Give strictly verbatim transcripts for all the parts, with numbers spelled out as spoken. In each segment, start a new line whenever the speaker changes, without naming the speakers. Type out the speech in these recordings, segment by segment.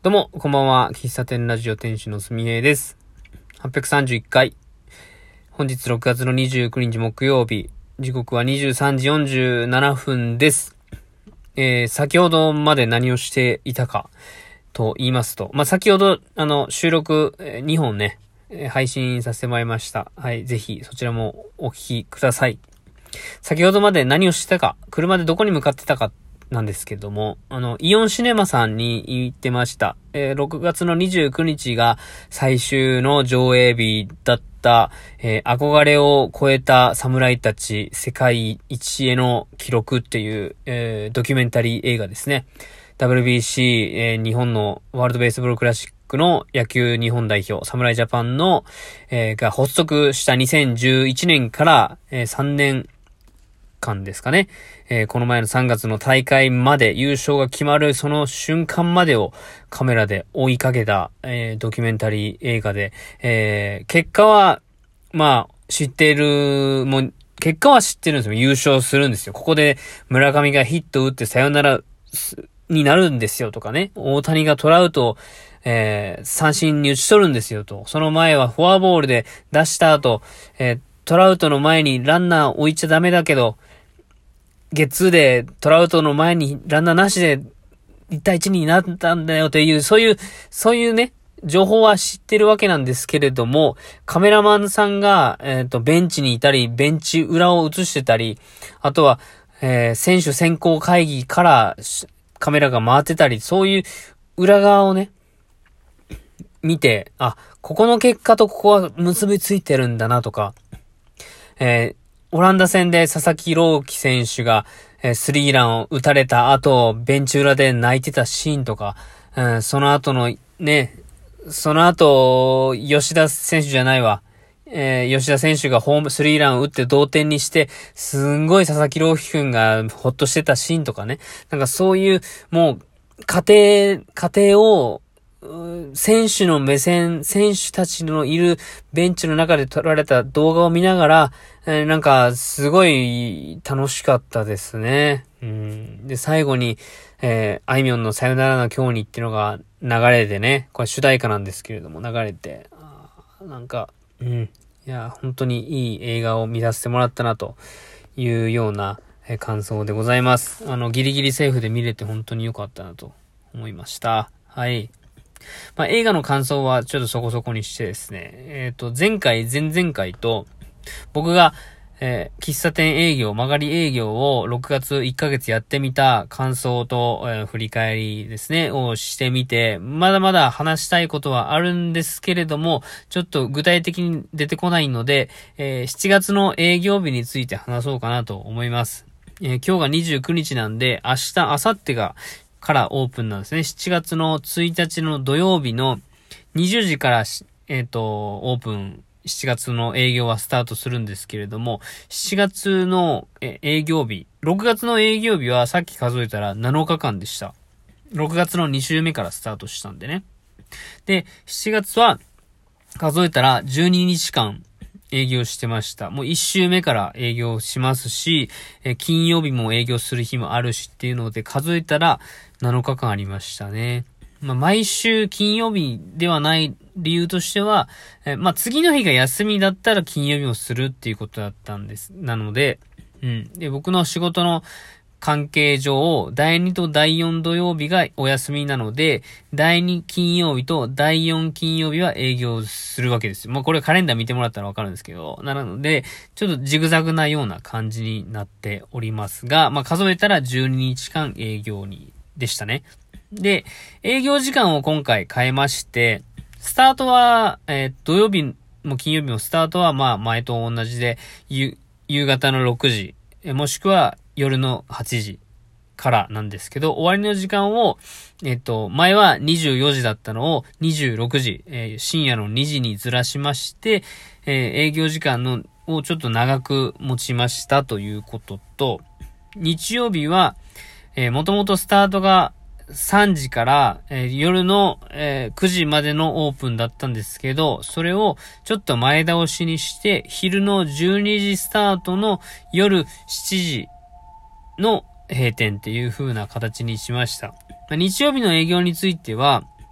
どうも、こんばんは。喫茶店ラジオ店主のすみえです。はっぴゃくさんじゅういっかい。本日ろくがつのにじゅうくにち木曜日。時刻はにじゅうさんじよんじゅうななふんです。えー、先ほどまで何をしていたかと言いますと、まあ、先ほど、あの、収録、えー、にほんね、えー、配信させてもらいました。はい、ぜひそちらもお聞きください。先ほどまで何をしてたか、車でどこに向かってたか、なんですけども、あの、イオンシネマさんに行ってました。えー、ろくがつのにじゅうくにちが最終の上映日だった、えー、憧れを超えた侍たち世界一への記録っていう、えー、ドキュメンタリー映画ですね。ダブリュービーシー、えー、日本のワールドベースボールクラシックの野球日本代表、侍ジャパンの、えー、が発足したにせんじゅういちねんから、えー、さんねんかんですかね。えー、この前のさんがつの大会まで優勝が決まるその瞬間までをカメラで追いかけた、えー、ドキュメンタリー映画で、えー、結果は、まあ、知ってる、もう、結果は知ってるんですよ。優勝するんですよ。ここで村上がヒット打ってサヨナラになるんですよとかね。大谷がトラウトを、えー、三振に打ち取るんですよと。その前はフォアボールで出した後、えー、トラウトの前にランナー置いちゃダメだけど、ゲッツーでトラウトの前にランナーなしでいちたいいちになったんだよという、そういう、そういうね、情報は知ってるわけなんですけれども、カメラマンさんが、えっと、ベンチにいたり、ベンチ裏を映してたり、あとは、えー、選手選考会議からカメラが回ってたり、そういう裏側をね、見て、あ、ここの結果とここは結びついてるんだなとか、えー、オランダ戦で佐々木朗希選手が、えー、スリーランを打たれた後、ベンチ裏で泣いてたシーンとか、うん、その後のね、その後、吉田選手じゃないわ。えー、吉田選手がホーム、スリーランを打って同点にして、すんごい佐々木朗希くんがほっとしてたシーンとかね。なんかそういう、もう、家庭、家庭を、選手の目線、選手たちのいるベンチの中で撮られた動画を見ながら、えー、なんかすごい楽しかったですね。うん、で、最後に、えー、あいみょんのさよならの今日にっていうのが流れてね、これ主題歌なんですけれども流れて、あなんか、うん、いや、本当にいい映画を見させてもらったなというような、えー、感想でございます。あの、ギリギリセーフで見れて本当に良かったなと思いました。はい。まあ、映画の感想はちょっとそこそこにしてですね、えっと、前回、前々回と、僕が、えー、喫茶店営業、曲がり営業をろくがついっかげつやってみた感想と、えー、振り返りですね、をしてみて、まだまだ話したいことはあるんですけれども、ちょっと具体的に出てこないので、えー、しちがつの営業日について話そうかなと思います。えー、今日がにじゅうくにちなんで、明日、明後日が、からオープンなんですね。しちがつのついたちの土曜日のにじゅうじから、えっと、オープン、しちがつの営業はスタートするんですけれども、しちがつの営業日、ろくがつの営業日はさっき数えたらなのかかんでした。ろくがつのに週目からスタートしたんでね。で、しちがつは数えたらじゅうににちかん営業してました。もういち週目から営業しますし、え金曜日も営業する日もあるしっていうので数えたらなのかかんありましたね。まあ、毎週金曜日ではない理由としては、えまあ、次の日が休みだったら金曜日もするっていうことだったんです。なので、うん。で、僕の仕事の関係上、だいにとだいよん土曜日がお休みなので、だいに金曜日とだいよん金曜日は営業するわけですよ。まあこれカレンダー見てもらったらわかるんですけど、なので、ちょっとジグザグなような感じになっておりますが、まあ数えたらじゅうににちかん営業に、でしたね。で、営業時間を今回変えまして、スタートは、えー、土曜日も金曜日もスタートはまあ前と同じで、夕方のろくじ、もしくは夜のはちじからなんですけど、終わりの時間を、えっと、前はにじゅうよじだったのをにじゅうろくじ、えー、深夜のにじにずらしまして、えー、営業時間のをちょっと長く持ちましたということと、日曜日は、えー、もともとスタートがさんじから、えー、夜の、えー、くじまでのオープンだったんですけど、それをちょっと前倒しにして、昼のじゅうにじスタートの夜しちじの閉店っていう風な形にしました。日曜日の営業については、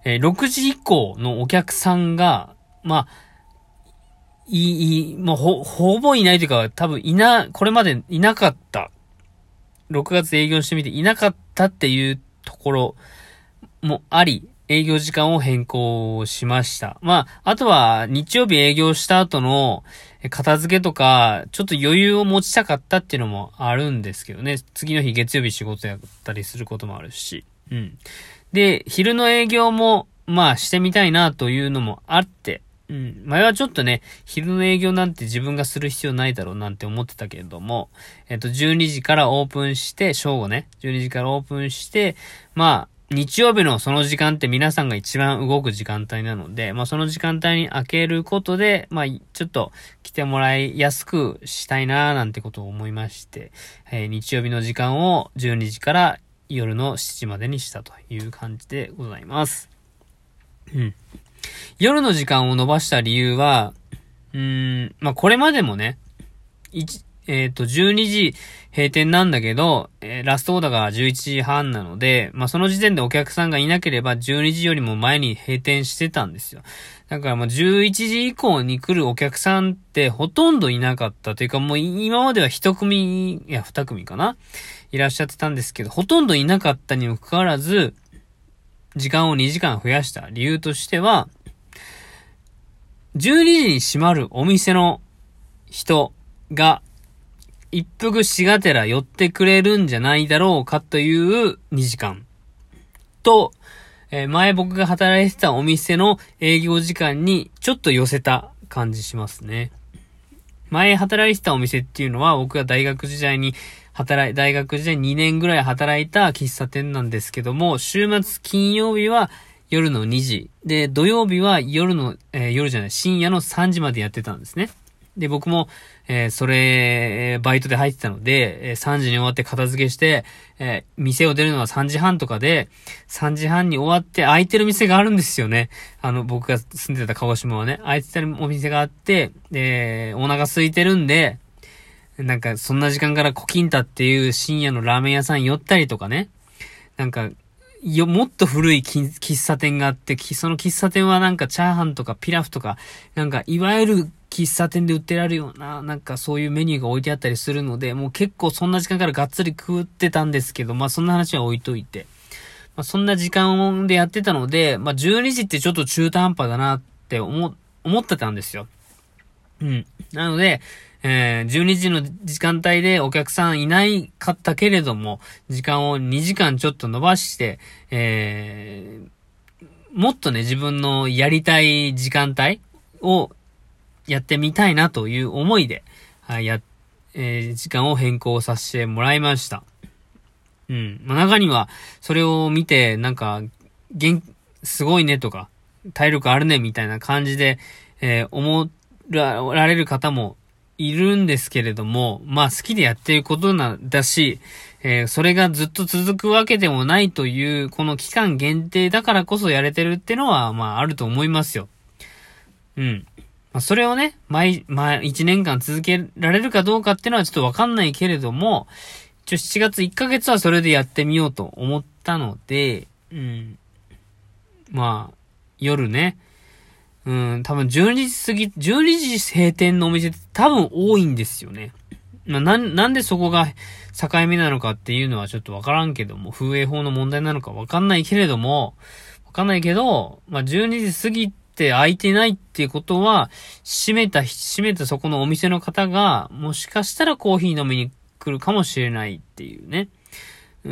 えー、ろくじ以降のお客さんが、まあ、いい、もうほ、ほぼいないというか、多分いな、これまでいなかった。ろくがつ営業してみていなかったっていうところもあり、営業時間を変更しました。まあ、あとは日曜日営業した後の片付けとか、ちょっと余裕を持ちたかったっていうのもあるんですけどね。次の日月曜日仕事やったりすることもあるし。うん。で、昼の営業も、まあしてみたいなというのもあって、うん。前はちょっとね、昼の営業なんて自分がする必要ないだろうなんて思ってたけれども、えっと、じゅうにじからオープンして、正午ね、じゅうにじからオープンして、まあ、日曜日のその時間って皆さんが一番動く時間帯なので、まあその時間帯に開けることで、まあちょっと来てもらいやすくしたいなーなんてことを思いまして、えー、日曜日の時間をじゅうにじから夜のしちじまでにしたという感じでございます。うん。夜の時間を伸ばした理由は、うーん、まあこれまでもね、一えっと、じゅうにじ閉店なんだけど、えー、ラストオーダーがじゅういちじはんなので、まあ、その時点でお客さんがいなければじゅうにじよりも前に閉店してたんですよ。だからもうじゅういちじ以降に来るお客さんってほとんどいなかったというか、もう今までは一組、いや二組かないらっしゃってたんですけど、ほとんどいなかったにもかかわらず、時間をにじかん増やした理由としては、じゅうにじに閉まるお店の人が、一服しがてら寄ってくれるんじゃないだろうかというにじかん。と、えー、前僕が働いてたお店の営業時間にちょっと寄せた感じしますね。前働いてたお店っていうのは僕が大学時代に働い、大学時代にねんぐらい働いた喫茶店なんですけども、週末金曜日は夜のにじ。で、土曜日は夜の、えー、夜じゃない、深夜のさんじまでやってたんですね。で、僕も、えー、それ、バイトで入ってたので、えー、さんじに終わって片付けして、えー、店を出るのはさんじはんとかで、さんじはんに終わって空いてる店があるんですよね。あの、僕が住んでた鹿児島はね、空いてたお店があって、で、お腹空いてるんで、なんか、そんな時間からコキンタっていう深夜のラーメン屋さん寄ったりとかね、なんか、よ、もっと古い喫茶店があって、その喫茶店はなんかチャーハンとかピラフとか、なんかいわゆる喫茶店で売ってられるような、なんかそういうメニューが置いてあったりするので、もう結構そんな時間からがっつり食ってたんですけど、まあそんな話は置いといて。まあそんな時間でやってたので、まあじゅうにじってちょっと中途半端だなって思、思ってたんですよ。うん。なので、えー、じゅうにじの時間帯でお客さんいないかったけれども、時間をにじかんちょっと伸ばして、えー、もっとね、自分のやりたい時間帯をやってみたいなという思いで、はい、や、えー、時間を変更させてもらいました。うん。まあ、中には、それを見て、なんか、元、すごいねとか、体力あるねみたいな感じで、えー、思られる方もいるんですけれども、まあ好きでやっていることなんだし、えー、それがずっと続くわけでもないという、この期間限定だからこそやれてるってのは、まああると思いますよ。うん。まあ、それをね、毎、まあ一年間続けられるかどうかってのはちょっとわかんないけれども、一応しちがついっかげつはそれでやってみようと思ったので、うん。まあ、夜ね、うん、多分じゅうにじ過ぎ、じゅうにじ閉店のお店って多分多いんですよね。まあ、なん、なんでそこが境目なのかっていうのはちょっとわからんけども、風営法の問題なのかわかんないけれども、わかんないけど、まあ、じゅうにじ過ぎて空いてないっていうことは、閉めた、閉めたそこのお店の方が、もしかしたらコーヒー飲みに来るかもしれないっていうね。うん、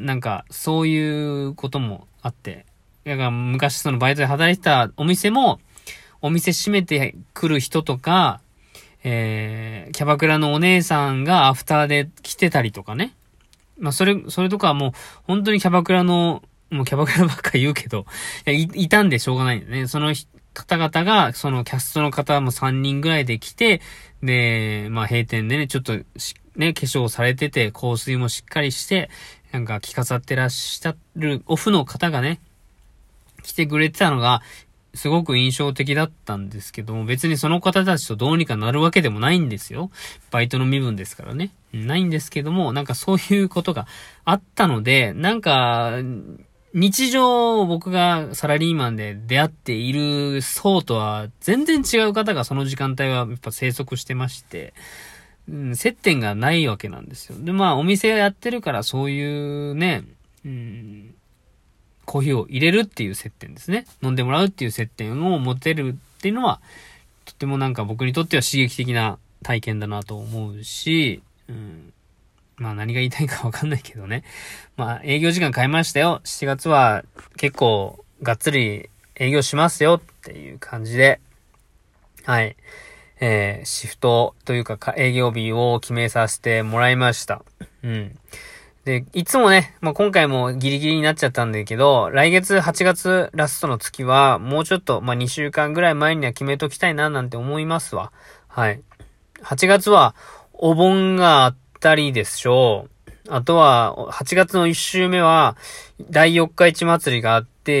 なんか、そういうこともあって。だから昔そのバイトで働いてたお店も、お店閉めてくる人とか、えー、キャバクラのお姉さんがアフターで来てたりとかね。まあ、それ、それとかはもう、本当にキャバクラの、もうキャバクラばっか言うけど、いや、い、いたんでしょうがないんだね。その方々が、そのキャストの方もさんにんぐらいで来て、で、まあ、閉店でね、ちょっとし、ね、化粧されてて、香水もしっかりして、なんか着飾ってらっしゃるオフの方がね、来てくれてたのが、すごく印象的だったんですけども、別にその方たちとどうにかなるわけでもないんですよ。バイトの身分ですからね。ないんですけども、なんかそういうことがあったので、なんか、 日常僕がサラリーマンで出会っている層とは全然違う方がその時間帯はやっぱ生息してまして、うん、接点がないわけなんですよ。で、まあお店やってるからそういうね、うん、コーヒーを入れるっていう接点ですね。飲んでもらうっていう接点を持てるっていうのは、とてもなんか僕にとっては刺激的な体験だなと思うし、うん、まあ何が言いたいかわかんないけどね。まあ営業時間変えましたよ。しちがつは結構がっつり営業しますよっていう感じで、はい。えー、シフトというか営業日を決めさせてもらいました。うん。で、いつもね、まあ、今回もギリギリになっちゃったんだけど、来月はちがつラストの月は、もうちょっと、まあ、にしゅうかんぐらい前には決めときたいななんて思いますわ。はい。はちがつは、お盆があったりでしょう。あとは、はちがつのいっ週目は、だいよっか市祭りがあって、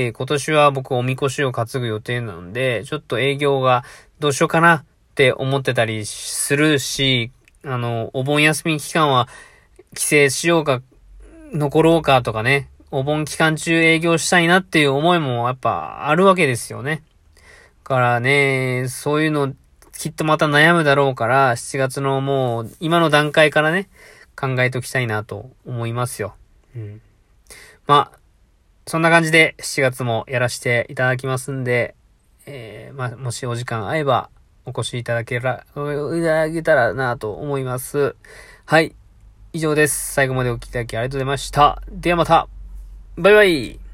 今年は僕おみこしを担ぐ予定なので、ちょっと営業がどうしようかなって思ってたりするし、あの、お盆休み期間は、帰省しようか、残ろうかとかね、お盆期間中営業したいなっていう思いもやっぱあるわけですよね。だからね、そういうのきっとまた悩むだろうから、しちがつのもう今の段階からね、考えときたいなと思いますよ。うん。まあ、そんな感じでしちがつもやらせていただきますんで、えー、まあ、もしお時間合えばお越しいただけら、いただけたらなと思います。はい。以上です。最後までお聞きいただきありがとうございました。ではまた。バイバイ。